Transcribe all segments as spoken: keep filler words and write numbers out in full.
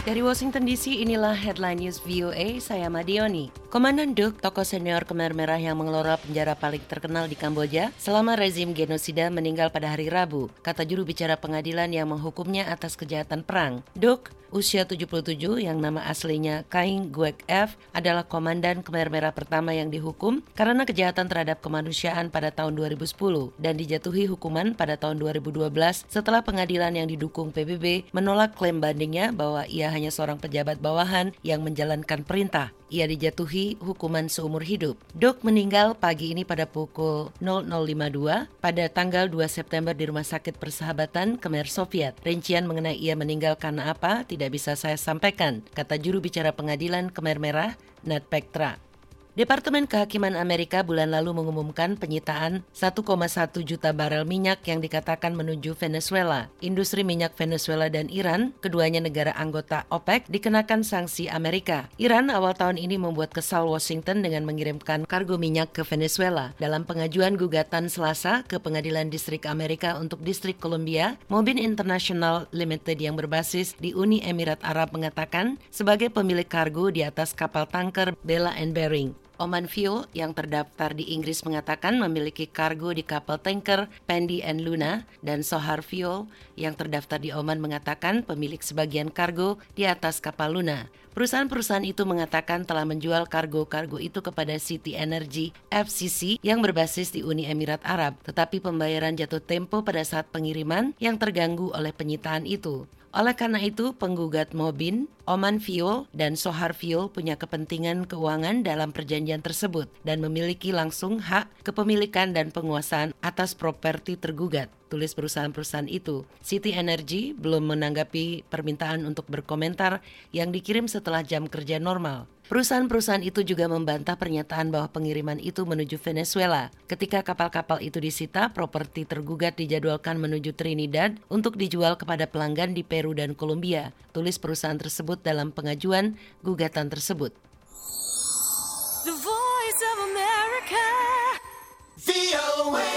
Dari Washington D C, inilah Headline News V O A, saya Madioni. Komandan Duk, tokoh senior Khmer Merah yang mengelola penjara paling terkenal di Kamboja selama rezim genosida, meninggal pada hari Rabu, kata juru bicara pengadilan yang menghukumnya atas kejahatan perang. Duk, usia tujuh puluh tujuh, yang nama aslinya Kaing Guek F, adalah komandan Khmer Merah pertama yang dihukum karena kejahatan terhadap kemanusiaan pada tahun dua ribu sepuluh dan dijatuhi hukuman pada tahun dua ribu dua belas setelah pengadilan yang didukung P B B menolak klaim bandingnya bahwa ia hanya seorang pejabat bawahan yang menjalankan perintah. Ia dijatuhi hukuman seumur hidup. Duk meninggal pagi ini pada pukul nol nol lima dua pada tanggal dua September di Rumah Sakit Persahabatan Khmer Soviet. Rincian mengenai ia meninggal karena apa tidak bisa saya sampaikan, kata juru bicara pengadilan Khmer Merah, Nat Pektra. Departemen Kehakiman Amerika bulan lalu mengumumkan penyitaan satu koma satu juta barel minyak yang dikatakan menuju Venezuela. Industri minyak Venezuela dan Iran, keduanya negara anggota OPEC, dikenakan sanksi Amerika. Iran awal tahun ini membuat kesal Washington dengan mengirimkan kargo minyak ke Venezuela. Dalam pengajuan gugatan Selasa ke Pengadilan Distrik Amerika untuk Distrik Columbia, Mobin International Limited yang berbasis di Uni Emirat Arab mengatakan sebagai pemilik kargo di atas kapal tanker Bella and Bearing. Oman Fuel yang terdaftar di Inggris mengatakan memiliki kargo di kapal tanker Pandy and Luna, dan Sohar Fuel yang terdaftar di Oman mengatakan pemilik sebagian kargo di atas kapal Luna. Perusahaan-perusahaan itu mengatakan telah menjual kargo-kargo itu kepada City Energy F C C yang berbasis di Uni Emirat Arab, tetapi pembayaran jatuh tempo pada saat pengiriman yang terganggu oleh penyitaan itu. Oleh karena itu, penggugat Mobin, Oman Fuel, dan Sohar Fuel punya kepentingan keuangan dalam perjanjian tersebut dan memiliki langsung hak kepemilikan dan penguasaan atas properti tergugat, tulis perusahaan-perusahaan itu. City Energy belum menanggapi permintaan untuk berkomentar yang dikirim setelah jam kerja normal. Perusahaan-perusahaan itu juga membantah pernyataan bahwa pengiriman itu menuju Venezuela. Ketika kapal-kapal itu disita, properti tergugat dijadwalkan menuju Trinidad untuk dijual kepada pelanggan di Peru dan Kolombia, tulis perusahaan tersebut dalam pengajuan gugatan tersebut. The Voice of America, V O A.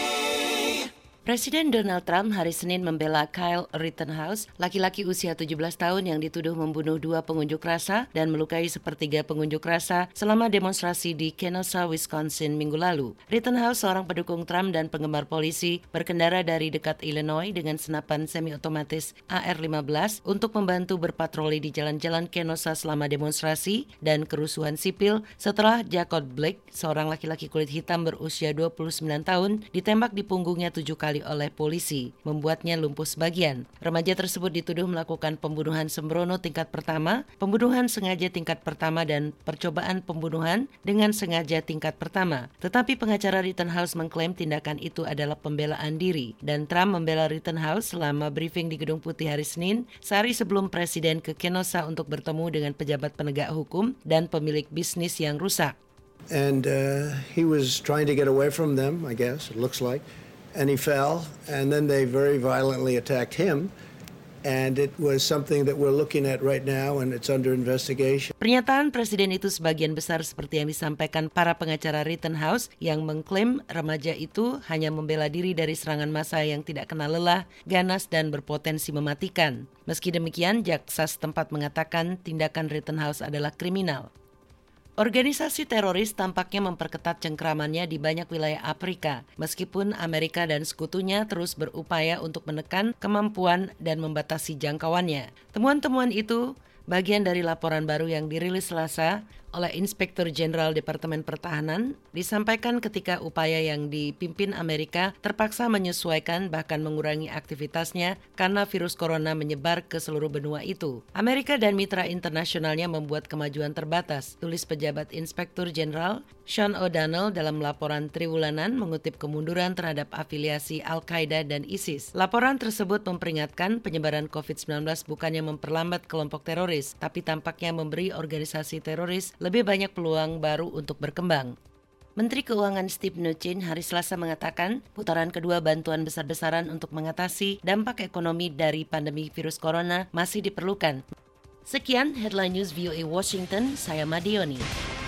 Presiden Donald Trump hari Senin membela Kyle Rittenhouse, laki-laki usia tujuh belas tahun yang dituduh membunuh dua pengunjuk rasa dan melukai sepertiga pengunjuk rasa selama demonstrasi di Kenosha, Wisconsin minggu lalu. Rittenhouse, seorang pendukung Trump dan penggemar polisi, berkendara dari dekat Illinois dengan senapan semi-otomatis A R lima belas untuk membantu berpatroli di jalan-jalan Kenosha selama demonstrasi dan kerusuhan sipil setelah Jacob Blake, seorang laki-laki kulit hitam berusia dua puluh sembilan tahun, ditembak di punggungnya tujuh kali oleh polisi, membuatnya lumpuh sebagian. Remaja tersebut dituduh melakukan pembunuhan sembrono tingkat pertama, pembunuhan sengaja tingkat pertama, dan percobaan pembunuhan dengan sengaja tingkat pertama. Tetapi pengacara Rittenhouse mengklaim tindakan itu adalah pembelaan diri, dan Trump membela Rittenhouse selama briefing di Gedung Putih hari Senin, sehari sebelum Presiden ke Kenosha untuk bertemu dengan pejabat penegak hukum dan pemilik bisnis yang rusak. And uh, he was trying to get away from them, I guess, it looks like. And he fell, and then they very violently attacked him. And it was something that we're looking at right now, and it's under investigation. Pernyataan Presiden itu sebagian besar seperti yang disampaikan para pengacara Rittenhouse yang mengklaim remaja itu hanya membela diri dari serangan massa yang tidak kenal lelah, ganas, dan berpotensi mematikan. Meski demikian, jaksa setempat mengatakan tindakan Rittenhouse adalah kriminal. Organisasi teroris tampaknya memperketat cengkramannya di banyak wilayah Afrika, meskipun Amerika dan sekutunya terus berupaya untuk menekan kemampuan dan membatasi jangkauannya. Temuan-temuan itu bagian dari laporan baru yang dirilis Selasa oleh Inspektur Jenderal Departemen Pertahanan, disampaikan ketika upaya yang dipimpin Amerika terpaksa menyesuaikan bahkan mengurangi aktivitasnya karena virus corona menyebar ke seluruh benua itu. Amerika dan mitra internasionalnya membuat kemajuan terbatas, tulis pejabat Inspektur Jenderal Sean O'Donnell dalam laporan triwulanan mengutip kemunduran terhadap afiliasi Al-Qaeda dan ISIS. Laporan tersebut memperingatkan penyebaran covid sembilan belas bukannya memperlambat kelompok teroris, tapi tampaknya memberi organisasi teroris lebih banyak peluang baru untuk berkembang. Menteri Keuangan Steve Mnuchin hari Selasa mengatakan putaran kedua bantuan besar-besaran untuk mengatasi dampak ekonomi dari pandemi virus corona masih diperlukan. Sekian Headline News V O A Washington, saya Madioni.